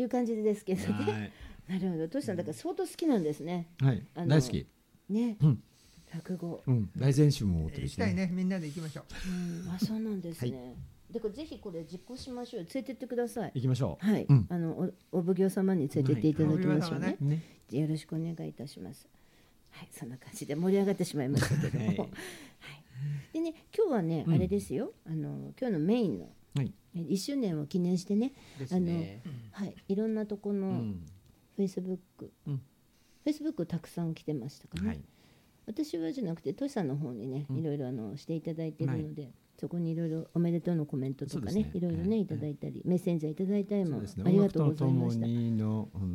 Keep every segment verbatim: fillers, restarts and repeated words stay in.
いう感じですけどね。なるほど。トシさんだから相当好きなんですね。 はい、大好きね、うん、落語、 うん、大全集も持ってるし、 ね、行きたいね、みんなで行きましょう、うん、あ、そうなんですね、はい、だからぜひこれ実行しましょう。連れてってください。 行きましょう。 はい、うん、あの お, お奉行様に連れてっていただきましょう ね,、はい、ね, ねよろしくお願いいたします。はい、そんな感じで盛り上がってしまいましたけども、はいはい、でね、今日はね、うん、あれですよ、あの今日のメインの、はい、いっしゅうねんを記念して ね, あの、はい、いろんなとこのフェイスブック、フェイスブックたくさん来てましたかね、はい、私はじゃなくてトシさんの方にね、いろいろあのしていただいているので、はい、そこにいろいろおめでとうのコメントとかね、いろいろねいただいたり、メッセンジャーいただいたりも、ね、ありがとうございました。音楽とともにの、うん、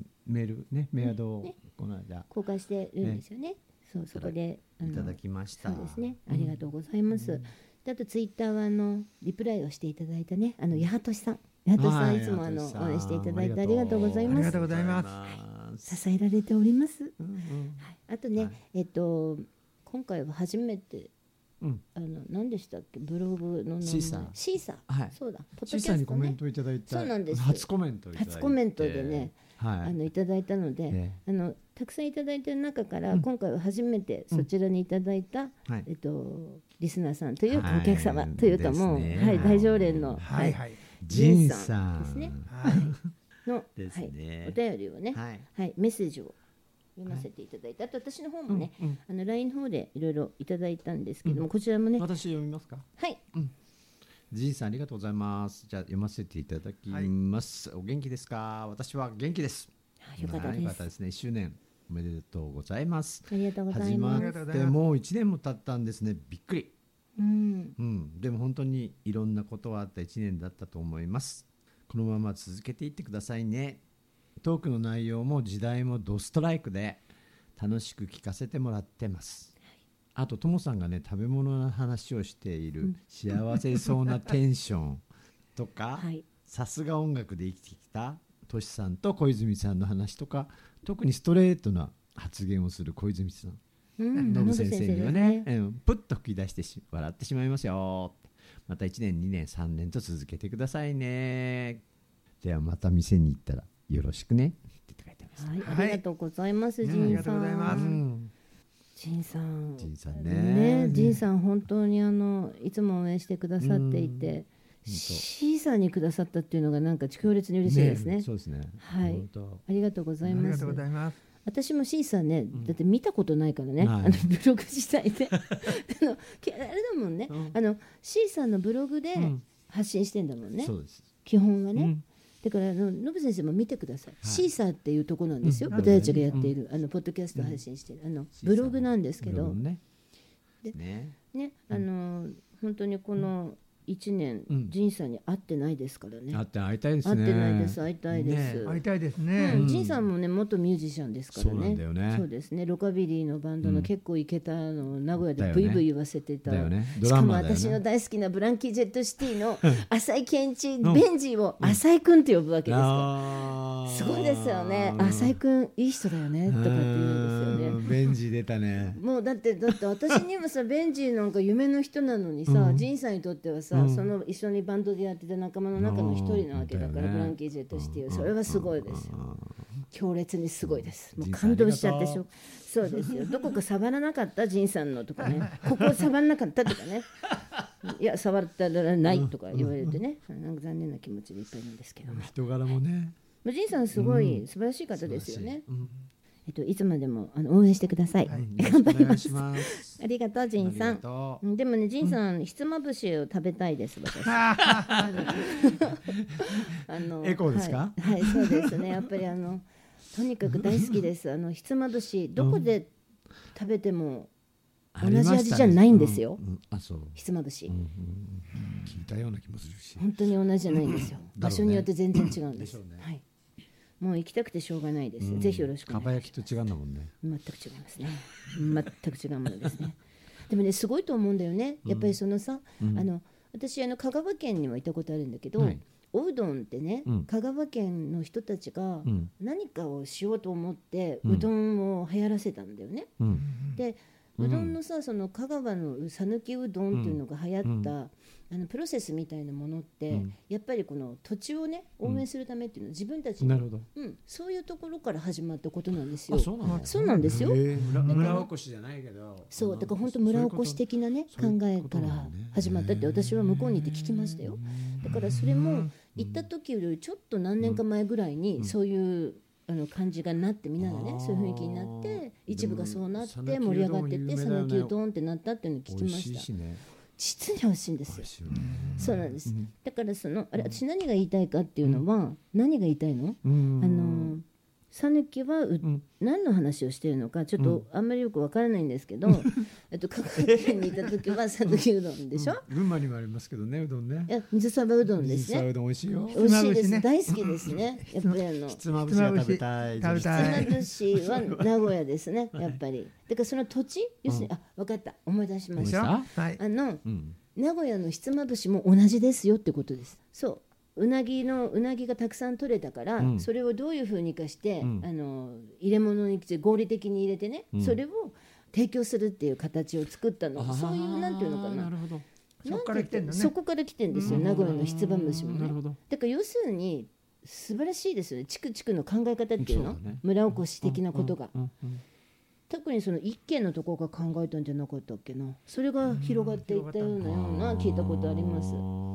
メールね、メアドを、ね、この間公開してるんですよね。そう、そこでいただきました。 そうですね、ありがとうございます、うん、であとツイッターはあのリプライをしていただいたね、あの八幡さん、八幡さんいつもあの応援していただいてありがとうございます。 ありがとうございます、 はい、支えられております、うんうん、はい、あとね、はい、えっと今回は初めて、うん、あの何でしたっけ、ブログの名前シーサー、 シーサー、はい、そうだ、 ポッドキャストね、シーサーにコメントいただいた、 そうなんです、 初コメントいただいて、 初コメントでね、はい、あのいただいたので、 ね、 あのたくさんいただいている中から、うん、今回は初めてそちらにいただいた、うん、えっと、リスナーさんというか、はい、お客様というかもう、ね、はい、大常連の、 はいはい、 ジンさんですね、はい、のですね、 はい、お便りをね、はいはい、メッセージを読ませていただいて、はい、あと私の方もね、うんうん、あの ライン の方でいろいろいただいたんですけども、うん、こちらもね、 私読みますか。 はい、うん、 ジンさんありがとうございます。じゃあ読ませていただきます、はい、お元気ですか。私は元気です。 よかったです。 よかったですね。いっしゅうねんおめでとうございます。 ありがとうございます。 始まってもういちねんも経ったんですね。びっくり、 うんうん、でも本当にいろんなことがあったいちねんだったと思います。このまま続けていってくださいね。トークの内容も時代もドストライクで楽しく聞かせてもらってます。あとともさんがね、食べ物の話をしている幸せそうなテンションとか、はい、さすが音楽で生きてきたとしさんと小泉さんの話とか、特にストレートな発言をする小泉さん、ノブ、うん、先生にはね、うん、プッと吹き出してし笑ってしまいますよ。またいちねんにねんさんねんと続けてくださいね。ではまた店に行ったらよろしくねって書いてます。 はい、ありがとうございます、はい、ジンさん、ありがとうございます、うん、ジンさん、 ジンさんね、 ね、ジンさん本当にあのいつも応援してくださっていて、シーサーにくださったっていうのがなんか強烈に嬉しいですね。 ね、そうですね、 はい、ありがとうございます。 ありがとうございます。 私もシーサーね、だって見たことないからね、うん、あのブログ自体であのあれだもんね、うん、あのシーサーのブログで発信してんだもんね、うん、 そうです、 基本はね、うん、だからノブ先生も見てください、はい、シーサーっていうところなんですよ、うん、私たちがやっている、うん、あのポッドキャスト配信している、あのブログなんですけど、ね、でね、ね、あの本当にこのいちねん、うん、ジンさんに会ってないですからね。 会って会いたいですね。 会ってないです、会いたいです、 ね、会いたいですね、 うん、ジンさんもね元ミュージシャンですからね。 そうなんだよね。 そうですね、ロカビリーのバンドの結構イケたの名古屋でブイブイ言わせてた、 ね、 しかも私の大好きなブランキー・ジェット・シティの浅井健一、うん、ベンジーを浅井くんって呼ぶわけですから、うん、すごいですよね。浅井くんいい人だよねとかって言うんですよね。 ベンジー出たね。 もうだってだって私にもさベンジーなんか夢の人なのにさ、うん、ジンさんにとってはさ、うん、その一緒にバンドでやってた仲間の中の一人なわけだから、ね、ブランキー・ジェット・シティはそれはすごいですよ。強烈にすごいです。もう感動しちゃってしょ。そうですよ。どこか触らなかったジンさんのとかね、ここ触らなかったとかね、いや触ったらないとか言われてね、なんか残念な気持ちでいっぱいなんですけども、 人柄もね、 ジンさんすごい素晴らしい方ですよね。えっと、いつまでもあの応援してください、はい、頑張ります。ありがとうジンさん。でもねジンさん、うん、ひつまぶしを食べたいです私あのエコーですか。 はい、はい、そうですね、やっぱりあのとにかく大好きです。あのひつまぶしどこで食べても同じ味じゃないんですよ、うんうん、あそうひつまぶし、うんうん、 聞いたような気もするし本当に同じじゃないんですよ、ね、場所によって全然違うんです、ね、はい、もう行きたくてしょうがないです、うん、ぜひよろしくお願いします。 かば焼きと違うんだもんね。 全く違いますね全く違うものですねでもねすごいと思うんだよね、やっぱりそのさ、うん、あの私あの香川県にも行ったことあるんだけど、はい、おうどんってね、うん、香川県の人たちが何かをしようと思って、うん、うどんを流行らせたんだよね、うん、でうどんのさ、その香川の讃岐うどんっていうのが流行った、 うんあのプロセスみたいなものって、 うんやっぱりこの土地をね応援するためっていうのは自分たちの、 なるほど。 うん、そういうところから始まったことなんですよ。 あ、そうなんだ。 そうなんですよ。 へー村だから村おこしじゃないけど。 そうだから本当村おこし的なね考そういうことえから始まったって私は向こうにいて聞きましたよ。だからそれも行った時よりちょっと何年か前ぐらいにそういうあの感じがなってみんながねそういう雰囲気になって一部がそうなって盛り上がってって讃岐うどんってなったっていうのを聞きま美味しいした。 しね。 実に美味しいんですよ。 美味しいよね。 そうなんです。だからそのあれ私何が言いたいかっていうのは何が言いたいの？ うんあの讃岐はう、 ん何の話をしているのかちょっとあんまりよくわからないんですけど、えっと香川県にいた時は讃岐うどんでしょ、 うん群馬にもありますけどね、うどんね。 いや水沢うどんですね。 水沢うどん美味しいよ。 美味しいです、 ひつまぶしね大好きですね。やっぱりあのひつまぶしが食べたい。 ひつまぶし食べたいひつまぶしは名古屋ですね、やっぱり。だからその土地、要するに、あ、分かった、思い出しましでしょ。 た。 はい。 あのうん。 名古屋のひつまぶしも同じですよってことです。そううなぎのうなぎがたくさん取れたから、 うんそれをどういうふうにかして、 うんあの入れ物にして合理的に入れてね、 うんそれを提供するっていう形を作ったの、そういうなんていうのかな、 なるほど。 そこから来てんのね。 そこから来てんですよ、名古屋のひつまぶしもね。 なるほど。 だから要するに素晴らしいですよね、地区地区の考え方っていうの、 そうだね村おこし的なことが、 うんうん特にその一軒のところが考えたんじゃなかったっけな、それが広がっていったようなような聞いたことあります。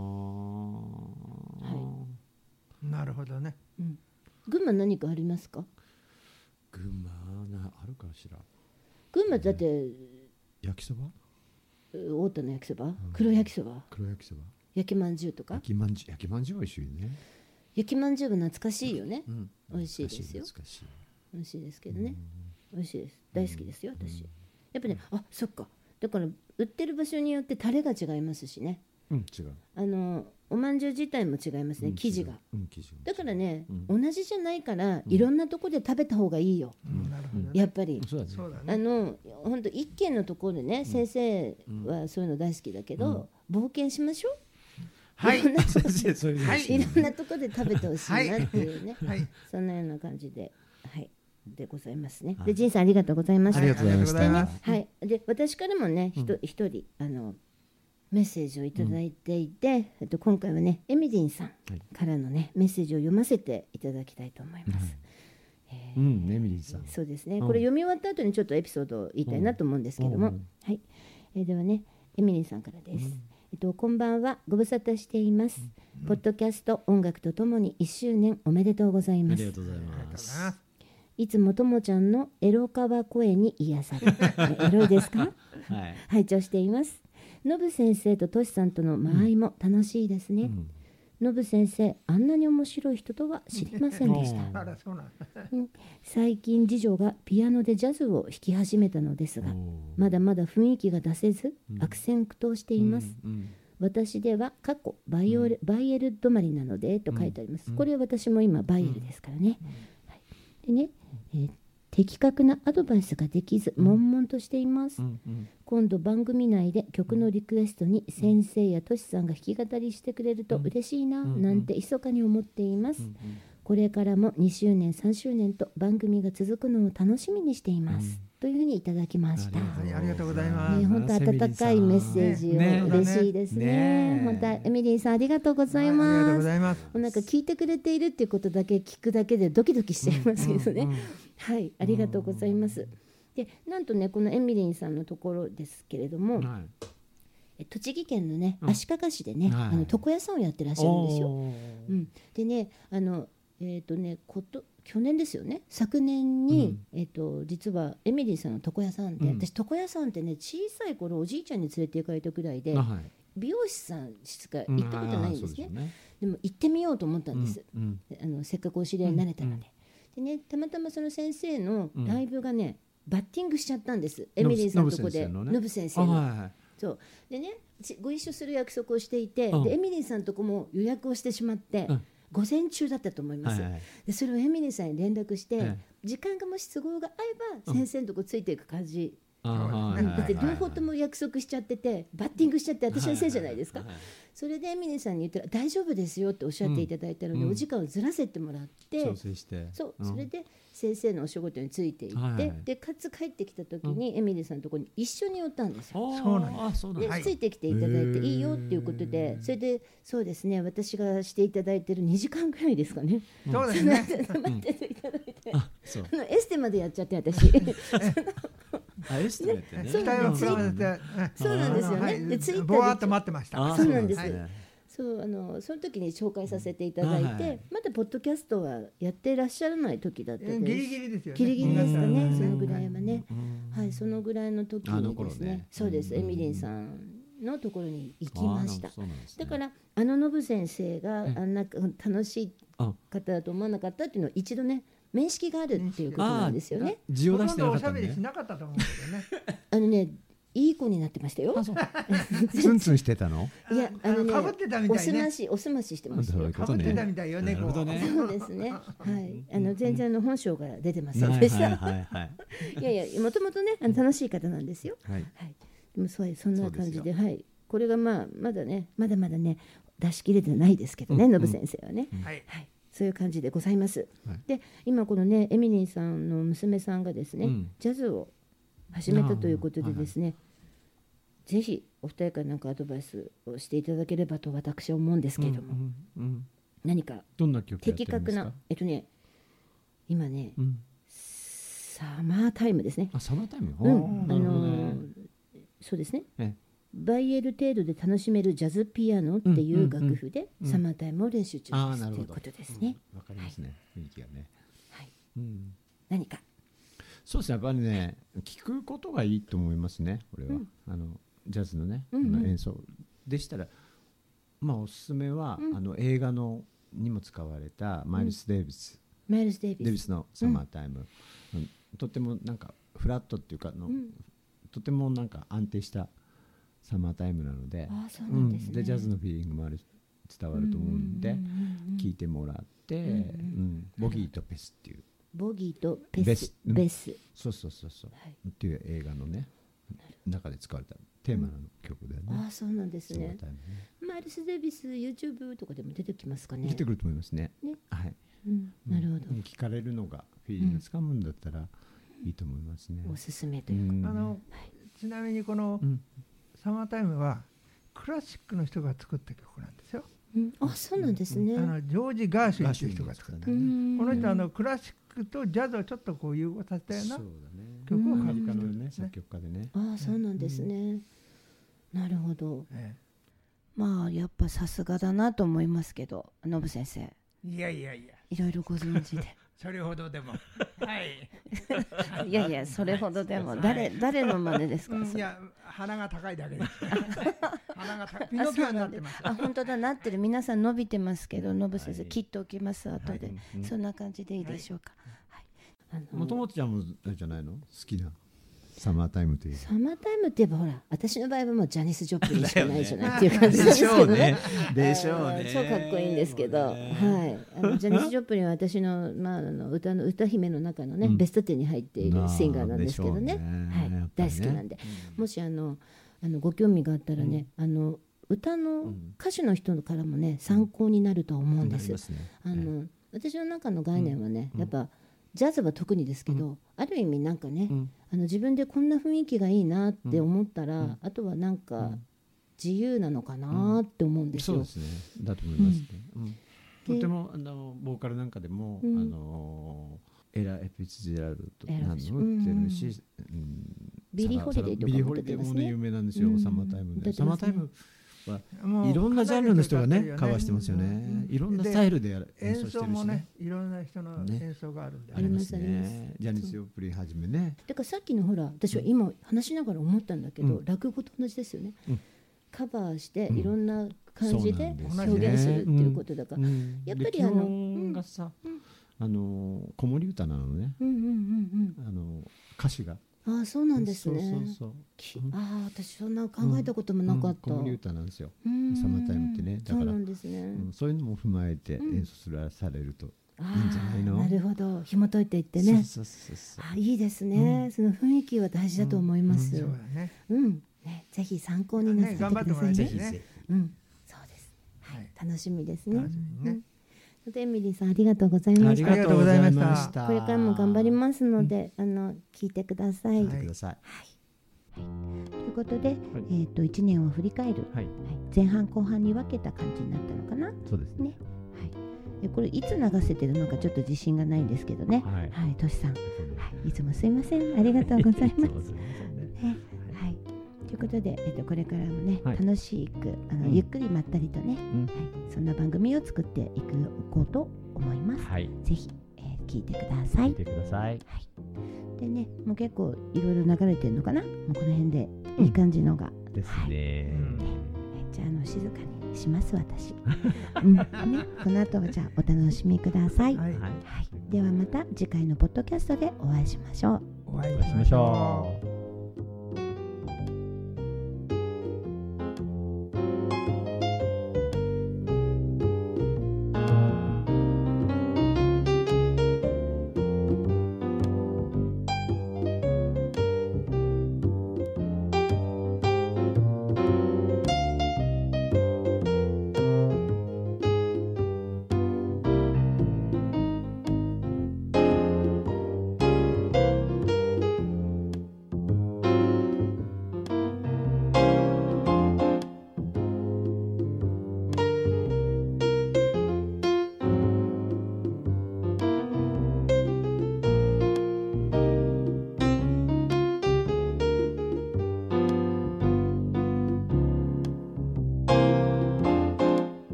はなるほどね。 い、うん、群馬何かありますか？ 群馬なあるかしら。 群馬だって焼きそば？ 大田の焼きそば、黒焼きそば、 黒焼きそば。 焼きまんじゅうとか、 焼きまんじゅう、焼きまんじゅう美味しいね。 焼きまんじゅうは懐かしいよね、 うん。 美味しいですよ懐かしい。 美味しいですけどね、美味しいです、大好きですよ私。やっぱね、あ、そっか、だから売ってる場所によってタレが違いますしね、 うん、違う。 あのおまんじゅう自体も違いますね、 うん生地が。。 違ううん、生地が。 だからね、 う同じじゃないからいろんなとこで食べた方がいいよ、 うんなるほどね。 やっぱり。 そうだね。 そうだあね。 の本当一軒のところでね、先生はそういうの大好きだけど、冒険しましょう。 はいいろんなとこ先生そういうのはいいろんなところで食べてほしいなっていうね、 はい。 そんなような感じで、はい、でございますね。 はいで、仁さんありがとうございました。 ありがとうございましたありがとうございます。 はい、で私からもね、ひと一人あのメッセージをいただいていて、えっと今回はねエミリンさんからのねメッセージを読ませていただきたいと思います。えーうん、エミリーさん。 そうですね、 うんこれ読み終わった後にちょっとエピソードを言いたいなと思うんですけども、 うんはい、えーではねエミリンさんからです。えっと、こんばんは、ご無沙汰しています。ポッドキャスト音楽とともにいっしゅうねんおめでとうございます。 ありがとうございありがとうごます。 ざいます。 いつもともちゃんのエロかわ声に癒され、えエロいですか？ はい。 拝聴しています。ノブ先生とトシさんとの間合いも楽しいですね。 うんノブ先生、あんなに面白い人とは知りませんでした。 あら、そうなんだ。 最近次女がピアノでジャズを弾き始めたのですが、 おーまだまだ雰囲気が出せず悪戦苦闘しています。 うん私では過去バイオレ、バイエル止まりなのでと書いてあります。これ私も今バイエルですからね。はい、でね、えー的確なアドバイスができず悶々としています。 うんうん今度番組内で曲のリクエストに先生やトシさんが弾き語りしてくれると嬉しいななんて密かに思っています。これからもにしゅうねんさんしゅうねんと番組が続くのを楽しみにしています。というふうにいただきました。 はい、ありがとうございます。 ね、本当温かいメッセージを、 ね嬉しいですね。 ね本当エミリーさんありがとうございはいありがとうます。 ございます。 もうなんか聞いてくれているっていうことだけ聞くだけでドキドキしちゃいますけどね。はい、ありがとうございます。で、なんとねこのエミリーさんのところですけれども、 はいえ栃木県のねうん足利市でね、 はいあの床屋さんをやってらっしゃるんですよ。 おーうん、でねあのえっ、とねこと去年ですよね昨年に、えっ、と実はエミリーさんの床屋さんで、 うん私床屋さんってね小さい頃おじいちゃんに連れて行かれたくらいであはい美容師さんしか行ったことないんですね。 うんあーそうよねでも行ってみようと思ったんです。 うんあのせっかくお知り合いになれたので。でねたまたまその先生のライブがね、バッティングしちゃったんです。エミリーさんのとこでノブノブ先生あの。 はいはいそうでねちご一緒する約束をしていて、 うんでエミリーさんのとこも予約をしてしまって、 うん午前中だったと思います、 はいはいでそれをエミリーさんに連絡して、 ええ時間がもし都合が合えばうん先生のとこついていく感じだって両方とも約束しちゃっててバッティングしちゃって私のせいじゃないですか、 はいはいはい、 それでエミネさんに言ったら大丈夫ですよっておっしゃっていただいたので、うん、お時間をずらせてもらって、 調整して、 そう、うん、それで先生のお仕事についていって、はいはい、でかつ帰ってきた時に、うん、エミネさんのところに一緒に寄ったんですよ。 そうなんです。 で、はい、ついてきていただいていいよっていうことで、それでそうですね、私がしていただいてるにじかんぐらいですかね、 うん、そうですね待ってていただいて、うん、あのエステまでやっちゃって私あエステってね、 そうなんですよね。そうなんですよね。でツイッターでぼわっと待ってました。 そうなんです。そうあのその時に紹介させていただいて、はい、まだポッドキャストはやってらっしゃらない時だったです。 ギリギリですよね。 ギリギリですかね。そのぐらいはね。はい、そのぐらいの時にですね。ねそうです。エミリンさんのところに行きました。ね、だからあのノブ先生があんな楽しい方だと思わなかったっていうのを一度ね。面識があるっていうことなんですよね。 字を出してなかったんで。 おしゃべりしなかったと思うんですよね。 あのね、いい子になってましたよ。 ツンツンしてたの？ いや、あのね、 かぶってたみたいね。 おすまし、おすまししてましたよ。 かぶってたみたいよね。 そうですね。はい、あの全然の本性が出てませんでした。いやいや、もともとね、あの楽しい方なんですよ。はい。でもそうそんな感じで、はい。これがまあまだね、まだまだね出し切れてないですけどね、ノブ先生はね。はい。そういう感じでございます。はい、で今このねエミリンさんの娘さんがですね、うん、ジャズを始めたということでですね、はい、ぜひお二人から何かアドバイスをしていただければと私は思うんですけれども、うんうんうん、何か的確なえっとね今ね、うん、サマータイムですね。 あサマータイム、 うん、あのー、そうですね。えバイエル程度で楽しめるジャズピアノっていう楽譜でサマータイムを練習中ですということですね。 わかりますね、雰囲気がね。 はい。何か。 そうですね、やっぱりね、聞くことがいいと思いますね。これはあのジャズのね演奏でしたら、まあおすすめはあの映画のにも使われたマイルス・デイビス、 マイルス・デイビスのサマータイム、とてもなんかフラットっていうかのとてもなんか安定したサマータイムなので、 あ、そうなんですね。 でジャズのフィーリングもある伝わると思うんで聞いてもらって、うんうん、ボギーとペスっていうボギーとペスベス、 そうそうそうそう、はい、っていう映画のね中で使われたテーマの曲でね、 うん、あ、そうなんですね。ねマイルス・デイビス YouTube とかでも出てきますかね。 出てくると思いますね。 ね、 はい、 うん、なるほど。 聞かれるのがフィーリングつかむんだったらいいと思いますね。 おすすめというか、 あの、はい、ちなみにこの、うんサマータイムはクラシックの人が作った曲なんですよ。 うん、あ、そうなんですね。 あのジョージ・ガーシュイという人が作った、ね、この人はあのクラシックとジャズをちょっとこう融合させたような曲を書いたのね、 作曲家でね。 あ、そうなんですね。なるほど。ええ、まあやっぱさすがだなと思いますけど、ノブ先生。 いやいやいや。 いろいろご存知で。 それほどでも。はい。 いやいや、それほどでも、はい、誰誰の真似ですか。うん、 いや、鼻が高いだけです。鼻が高い。ピノキオになってます。 あ、本当だ、なってる。皆さん伸びてますけど、ノブ先生、切っておきます後で、はい、そんな感じでいいでしょうか。 もともとちゃんもあれじゃないの、好きな。サマータイムというサマータイムって言えばほら私の場合はもうジャニス・ジョプリンしかないじゃないっていう感じなんですけどね。 でしょうね。 超かっこいいんですけど、はい、あのジャニス・ジョプリンは私の、まあ、あの歌の歌姫の中のね、うん、ベストテンに入っているシンガーなんですけどね、ね、はい、ね、大好きなんで、うん、もしあのあのご興味があったらね、うん、あの歌の歌手の人からもね参考になると思うんです。うん、ね、あの私の中の概念はね、やっぱジャズは特にですけど、うん、ある意味なんかね、うん、あの自分でこんな雰囲気がいいなって思ったら、うん、あとはなんか自由なのかなって思うんですよ。 そうですね、だと思いますね。うん、とてもあのボーカルなんかでも、うん、あのエラ・エフィッツジェラルドなのってるし、うん、 ビリー・ホリデーとかも出てますね。 ビリー・ホリデーもね有名なんですよ、うん、サマータイムで。サマータイムいろんなジャンルの人がねカバーしてますよね。いろんなスタイルで演奏してるしね。演奏もね、 いろんな人の演奏があるんで、 ありますね。 ジャニス・ジョプリンはじめね。 だからさっきのほら私は今話しながら思ったんだけど、落語と同じですよね。カバーしていろんな感じで表現するっていうことだから、やっぱりあのがさ、あの子守歌なのね。あの歌詞が。 ああ、そうなんですね。 そうそうそう。 ああ、私そんな考えたこともなかった。 子守歌なんですよ。サマータイムってね。だからそうなんですね。 そういうのも踏まえて演奏するされるといいんじゃないの。 なるほど、紐解いていってね。 そうそうそうそう。 あ、いいですね、うん、その雰囲気は大事だと思います。うん、うん、そうだね。うん、ね、ぜひ参考になさってくださいね。ね、ぜひぜひ。うん、そうです。はい、楽しみですね。楽しみね。うん、エミリーさん、ありがとうございました。 ありがとうございました。 これからも頑張りますので、うん、あの聞いてください。 聞いてください。はい。 はい、ということで、はい、えっと一年を振り返る、はいはい、前半後半に分けた感じになったのかな。 そうですね。 ね、はい。でこれいつ流せてるのかちょっと自信がないんですけどね。はい。はい、としさん、はい、いつもすいません。ありがとうございます。ね、はい。ということで、えっとこれからもね、はい、楽しくあの、うん、ゆっくりまったりとね、うん、はい、そんな番組を作っていこうと思います。はい。ぜひ、えー、聞いてください。 聞いてください。はい。 でね、もう結構いろいろ流れてるのかな。もうこの辺でいい感じのが、 うん、ですね、はい、うん、 じゃあ、あの静かにします私、うんね、この後はじゃあお楽しみください、はいはい、ではまた次回のポッドキャストでお会いしましょう。 お会いしましょう。